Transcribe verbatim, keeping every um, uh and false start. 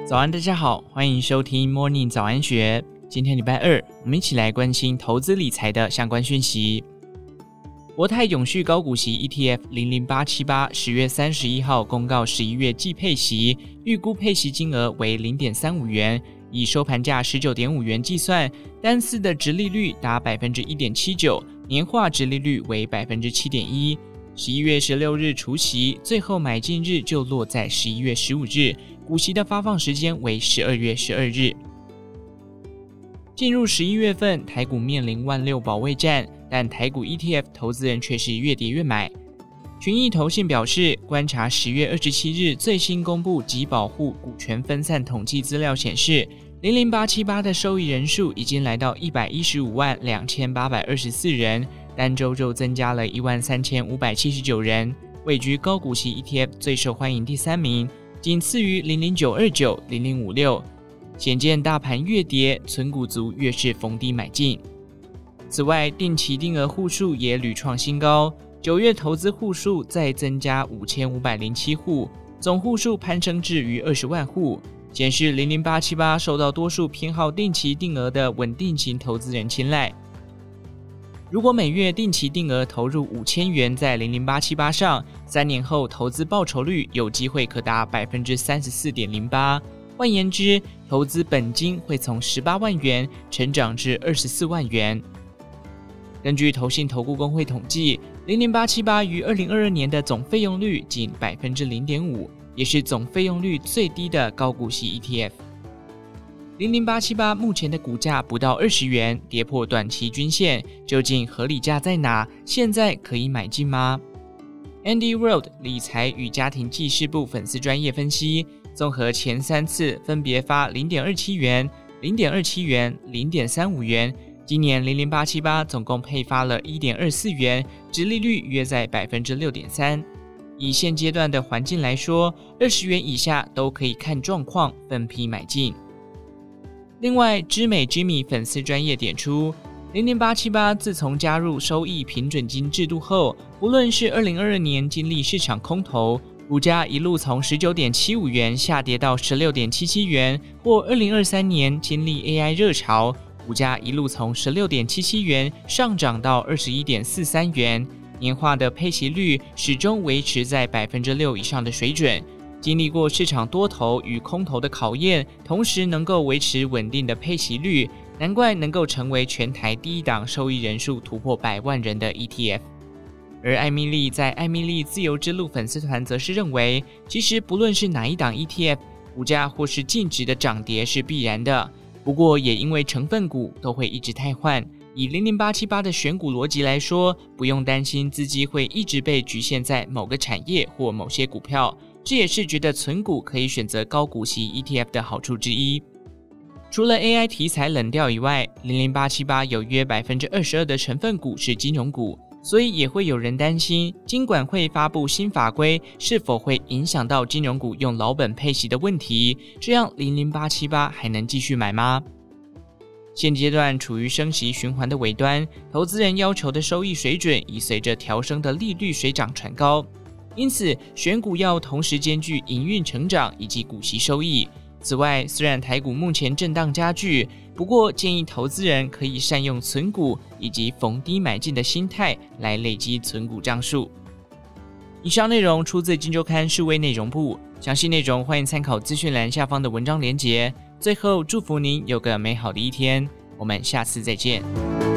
早安，大家好，欢迎收听 Morning 早安学。今天礼拜二，我们一起来关心投资理财的相关讯息。国泰永续高股息 E T F 零零八七八十月三十一号公告十一月季配息，预估配息金额为 零点三五元，以收盘价 十九点五元计算，单次的殖利率达 百分之一点七九， 年化殖利率为 百分之七点一。十一月十六日除息，最后买进日就落在十一月十五日，股息的发放时间为十二月十二日。进入十一月份，台股面临万六保卫战，但台股 E T F 投资人却是越跌越买。群益投信表示，观察十月二十七日最新公布集保户股权分散统计资料显示，零零八七八的受益人数已经来到一百一十五万两千八百二十四人，单周就增加了一万三千五百七十九人，位居高股息 E T F 最受欢迎第三名，仅次于零零九二九、零零五六。显见大盘越跌，存股族越是逢低买进。此外，定期定额户数也屡创新高，九月投资户数再增加五千五百零七户，总户数攀升至逾二十万户，显示零零八七八受到多数偏好定期定额的稳定型投资人青睐。如果每月定期定额投入五千元在零零八七八上，三年后投资报酬率有机会可达 百分之三十四点零八。换言之，投资本金会从十八万元成长至二十四万元。根据投信投顾公会统计，零零八七八于二零二二年的总费用率仅 百分之零点五， 也是总费用率最低的高股息 E T F。零零八七八目前的股价不到二十元，跌破短期均线，究竟合理价在哪？现在可以买进吗？ Andy World 理财与家庭记事部粉丝专业分析，综合前三次分别发 零点二七元、零点二七元、零点三五元，今年零零八七八总共配发了 一点二四元，殖利率约在 百分之六点三。以现阶段的环境来说，二十元以下都可以看状况分批买进。另外，知美 Jimmy 粉丝专业点出，零零八七八自从加入收益平准金制度后，不论是二零二二年经历市场空头，股价一路从 十九点七五元下跌到 十六点七七元，或二零二三年经历 A I 热潮，股价一路从 十六点七七元上涨到 二十一点四三元，年化的配息率始终维持在 百分之六 以上的水准，经历过市场多头与空头的考验，同时能够维持稳定的配息率，难怪能够成为全台第一档受益人数突破百万人的 E T F。而艾米丽在艾米丽自由之路粉丝团则是认为，其实不论是哪一档 E T F， 股价或是净值的涨跌是必然的，不过也因为成分股都会一直汰换，以零零八七八的选股逻辑来说，不用担心资金会一直被局限在某个产业或某些股票，这也是觉得存股可以选择高股息 E T F 的好处之一。除了 A I 题材冷掉以外，零零八七八有约 百分之二十二 的成分股是金融股，所以也会有人担心金管会发布新法规是否会影响到金融股用老本配息的问题，这样零零八七八还能继续买吗？现阶段处于升息循环的尾端，投资人要求的收益水准已随着调升的利率水涨船高，因此选股要同时兼具营运成长以及股息收益。此外，虽然台股目前震荡加剧，不过建议投资人可以善用存股以及逢低买进的心态来累积存股张数。以上内容出自今周刊数位内容部，详细内容欢迎参考资讯栏下方的文章连结。最后祝福您有个美好的一天，我们下次再见。